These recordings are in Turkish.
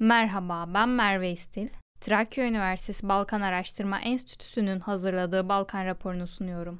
Merhaba, ben Merve İstil. Trakya Üniversitesi Balkan Araştırma Enstitüsü'nün hazırladığı Balkan raporunu sunuyorum.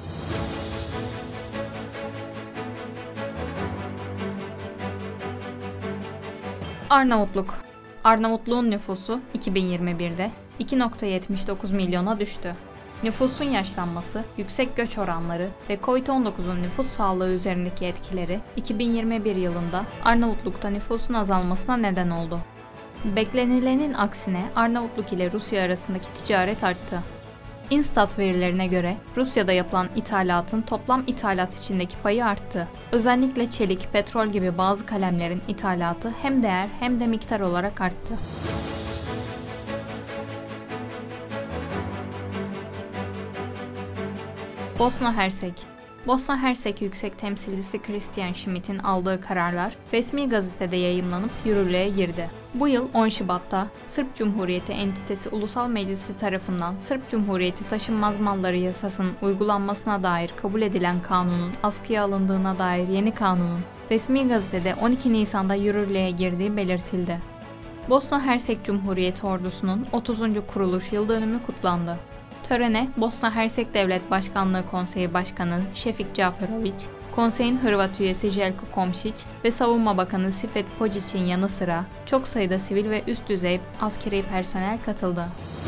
Arnavutluk. Arnavutluğun nüfusu 2021'de 2,79 milyona düştü. Nüfusun yaşlanması, yüksek göç oranları ve Covid-19'un nüfus sağlığı üzerindeki etkileri 2021 yılında Arnavutluk'ta nüfusun azalmasına neden oldu. Beklenilenin aksine Arnavutluk ile Rusya arasındaki ticaret arttı. Instat verilerine göre Rusya'da yapılan ithalatın toplam ithalat içindeki payı arttı. Özellikle çelik, petrol gibi bazı kalemlerin ithalatı hem değer hem de miktar olarak arttı. Bosna Hersek. Bosna Hersek Yüksek Temsilcisi Christian Schmidt'in aldığı kararlar resmi gazetede yayımlanıp yürürlüğe girdi. Bu yıl 10 Şubat'ta Sırp Cumhuriyeti Entitesi Ulusal Meclisi tarafından Sırp Cumhuriyeti Taşınmaz Malları Yasası'nın uygulanmasına dair kabul edilen kanunun askıya alındığına dair yeni kanunun resmi gazetede 12 Nisan'da yürürlüğe girdiği belirtildi. Bosna Hersek Cumhuriyeti Ordusu'nun 30. kuruluş yıl dönümü kutlandı. Törene Bosna Hersek Devlet Başkanlığı Konseyi Başkanı Şefik Caferović, konseyin Hırvat üyesi Željko Komšić ve Savunma Bakanı Sifet Pođić'in yanı sıra çok sayıda sivil ve üst düzey askeri personel katıldı.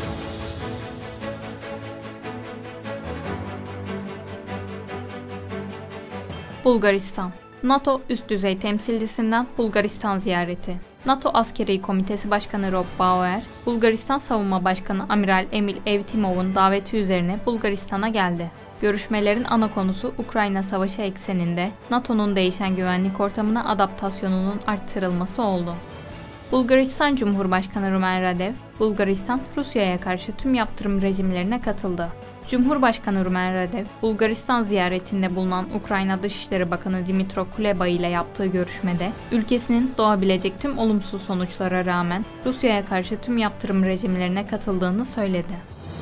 Bulgaristan. NATO üst düzey temsilcisinden Bulgaristan ziyareti. NATO Askeri Komitesi Başkanı Rob Bauer, Bulgaristan Savunma Başkanı Amiral Emil Evtimov'un daveti üzerine Bulgaristan'a geldi. Görüşmelerin ana konusu Ukrayna Savaşı ekseninde NATO'nun değişen güvenlik ortamına adaptasyonunun arttırılması oldu. Bulgaristan Cumhurbaşkanı Rumen Radev, Bulgaristan, Rusya'ya karşı tüm yaptırım rejimlerine katıldı. Cumhurbaşkanı Rumen Radev, Bulgaristan ziyaretinde bulunan Ukrayna Dışişleri Bakanı Dmytro Kuleba ile yaptığı görüşmede, ülkesinin doğabilecek tüm olumsuz sonuçlara rağmen Rusya'ya karşı tüm yaptırım rejimlerine katıldığını söyledi.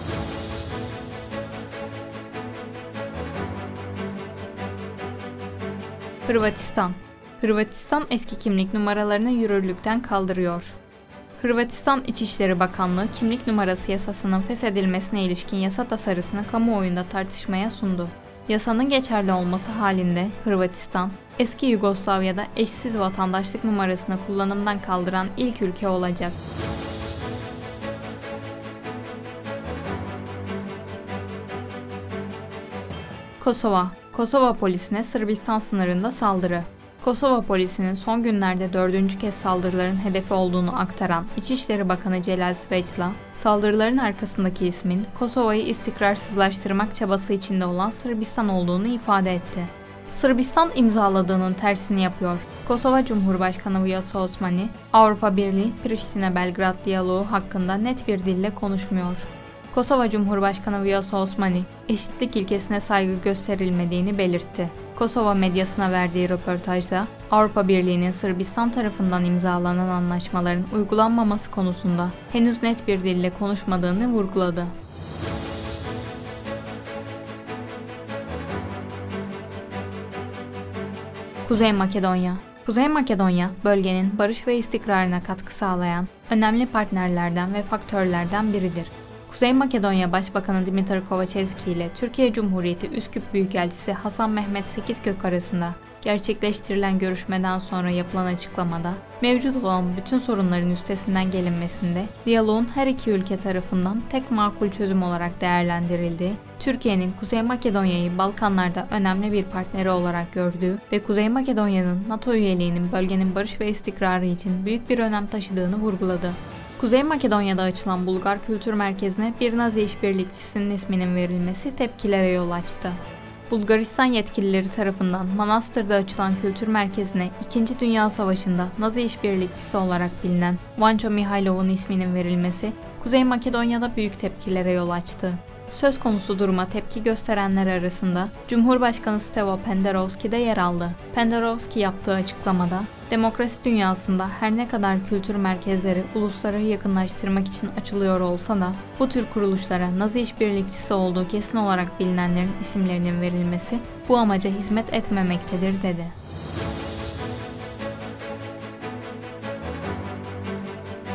Hırvatistan. Hırvatistan eski kimlik numaralarını yürürlükten kaldırıyor. Hırvatistan İçişleri Bakanlığı kimlik numarası yasasının feshedilmesine ilişkin yasa tasarısını kamuoyunda tartışmaya sundu. Yasanın geçerli olması halinde Hırvatistan, eski Yugoslavya'da eşsiz vatandaşlık numarasını kullanımdan kaldıran ilk ülke olacak. Kosova. Kosova polisine Sırbistan sınırında saldırı. Kosova polisinin son günlerde 4. kez saldırıların hedefi olduğunu aktaran İçişleri Bakanı Celal Svecla, saldırıların arkasındaki ismin Kosova'yı istikrarsızlaştırmak çabası içinde olan Sırbistan olduğunu ifade etti. Sırbistan imzaladığının tersini yapıyor. Kosova Cumhurbaşkanı Vjosa Osmani, Avrupa Birliği Priştine-Belgrad diyaloğu hakkında net bir dille konuşmuyor. Kosova Cumhurbaşkanı Vjosa Osmani, eşitlik ilkesine saygı gösterilmediğini belirtti. Kosova medyasına verdiği röportajda Avrupa Birliği'nin Sırbistan tarafından imzalanan anlaşmaların uygulanmaması konusunda henüz net bir dille konuşmadığını vurguladı. Kuzey Makedonya. Kuzey Makedonya, bölgenin barış ve istikrarına katkı sağlayan önemli partnerlerden ve faktörlerden biridir. Kuzey Makedonya Başbakanı Dimitar Kovačevski ile Türkiye Cumhuriyeti Üsküp Büyükelçisi Hasan Mehmet Sekizkök arasında gerçekleştirilen görüşmeden sonra yapılan açıklamada, mevcut olan bütün sorunların üstesinden gelinmesinde diyaloğun her iki ülke tarafından tek makul çözüm olarak değerlendirildiği, Türkiye'nin Kuzey Makedonya'yı Balkanlarda önemli bir partneri olarak gördüğü ve Kuzey Makedonya'nın NATO üyeliğinin bölgenin barış ve istikrarı için büyük bir önem taşıdığını vurguladı. Kuzey Makedonya'da açılan Bulgar Kültür Merkezi'ne bir Nazi işbirlikçisinin isminin verilmesi tepkilere yol açtı. Bulgaristan yetkilileri tarafından Manastır'da açılan kültür merkezine 2. Dünya Savaşı'nda Nazi işbirlikçisi olarak bilinen Vancho Mihailov'un isminin verilmesi Kuzey Makedonya'da büyük tepkilere yol açtı. Söz konusu duruma tepki gösterenler arasında Cumhurbaşkanı Stevo Penderovski de yer aldı. Penderovski yaptığı açıklamada, demokrasi dünyasında her ne kadar kültür merkezleri ulusları yakınlaştırmak için açılıyor olsa da bu tür kuruluşlara Nazi işbirlikçisi olduğu kesin olarak bilinenlerin isimlerinin verilmesi bu amaca hizmet etmemektedir dedi.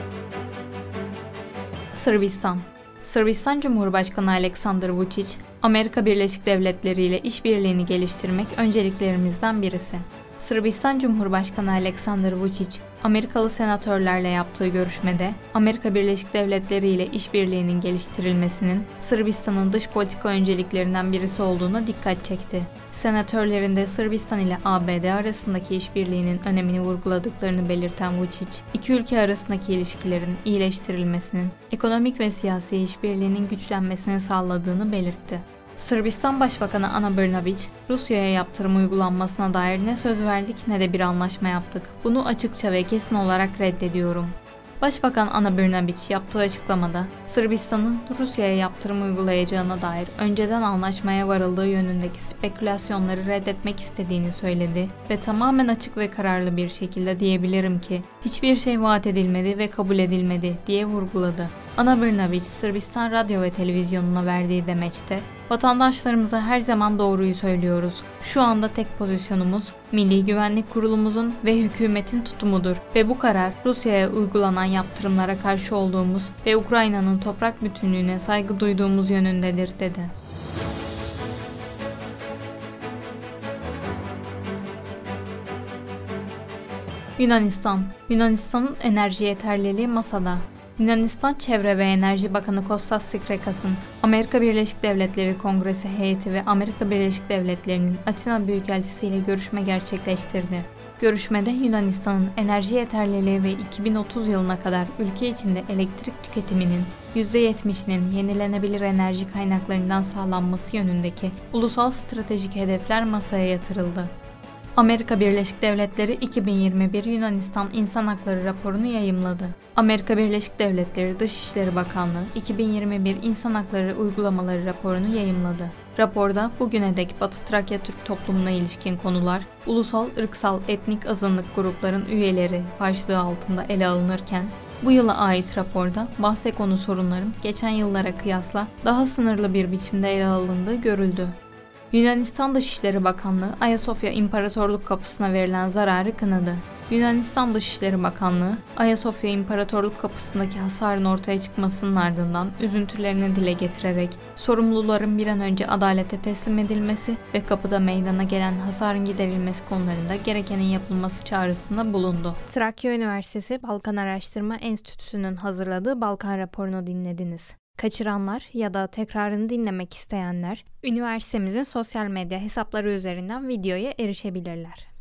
Sırbistan. Sırbistan Cumhurbaşkanı Aleksandar Vučić, Amerika Birleşik Devletleri ile işbirliğini geliştirmek önceliklerimizden birisi. Sırbistan Cumhurbaşkanı Aleksandar Vučić, Amerikalı senatörlerle yaptığı görüşmede Amerika Birleşik Devletleri ile işbirliğinin geliştirilmesinin Sırbistan'ın dış politika önceliklerinden birisi olduğuna dikkat çekti. Senatörlerin de Sırbistan ile ABD arasındaki işbirliğinin önemini vurguladıklarını belirten Vučić, iki ülke arasındaki ilişkilerin iyileştirilmesinin, ekonomik ve siyasi işbirliğinin güçlenmesini sağladığını belirtti. Sırbistan Başbakanı Ana Brnabić, Rusya'ya yaptırım uygulanmasına dair ne söz verdik ne de bir anlaşma yaptık. Bunu açıkça ve kesin olarak reddediyorum. Başbakan Ana Brnabić yaptığı açıklamada, Sırbistan'ın Rusya'ya yaptırım uygulayacağına dair önceden anlaşmaya varıldığı yönündeki spekülasyonları reddetmek istediğini söyledi ve tamamen açık ve kararlı bir şekilde diyebilirim ki hiçbir şey vaat edilmedi ve kabul edilmedi diye vurguladı. Ana Brnabić, Sırbistan radyo ve televizyonuna verdiği demeçte, vatandaşlarımıza her zaman doğruyu söylüyoruz. Şu anda tek pozisyonumuz, Milli Güvenlik Kurulumuzun ve hükümetin tutumudur ve bu karar Rusya'ya uygulanan yaptırımlara karşı olduğumuz ve Ukrayna'nın toprak bütünlüğüne saygı duyduğumuz yönündedir, dedi. Yunanistan'ın enerji yeterliliği masada. Yunanistan Çevre ve Enerji Bakanı Kostas Sikrekas'ın Amerika Birleşik Devletleri Kongresi heyeti ve Amerika Birleşik Devletleri'nin Atina Büyükelçisi ile görüşme gerçekleştirdi. Görüşmede Yunanistan'ın enerji yeterliliği ve 2030 yılına kadar ülke içinde elektrik tüketiminin %70'inin yenilenebilir enerji kaynaklarından sağlanması yönündeki ulusal stratejik hedefler masaya yatırıldı. Amerika Birleşik Devletleri 2021 Yunanistan İnsan Hakları raporunu yayımladı. Amerika Birleşik Devletleri Dışişleri Bakanlığı 2021 İnsan Hakları Uygulamaları raporunu yayımladı. Raporda bugüne dek Batı Trakya Türk toplumuna ilişkin konular, ulusal, ırksal, etnik azınlık grupların üyeleri başlığı altında ele alınırken, bu yıla ait raporda bahse konu sorunların geçen yıllara kıyasla daha sınırlı bir biçimde ele alındığı görüldü. Yunanistan Dışişleri Bakanlığı, Ayasofya İmparatorluk Kapısı'na verilen zararı kınadı. Yunanistan Dışişleri Bakanlığı, Ayasofya İmparatorluk Kapısı'ndaki hasarın ortaya çıkmasının ardından üzüntülerini dile getirerek sorumluların bir an önce adalete teslim edilmesi ve kapıda meydana gelen hasarın giderilmesi konularında gerekenin yapılması çağrısında bulundu. Trakya Üniversitesi Balkan Araştırma Enstitüsü'nün hazırladığı Balkan raporunu dinlediniz. Kaçıranlar ya da tekrarını dinlemek isteyenler, üniversitemizin sosyal medya hesapları üzerinden videoya erişebilirler.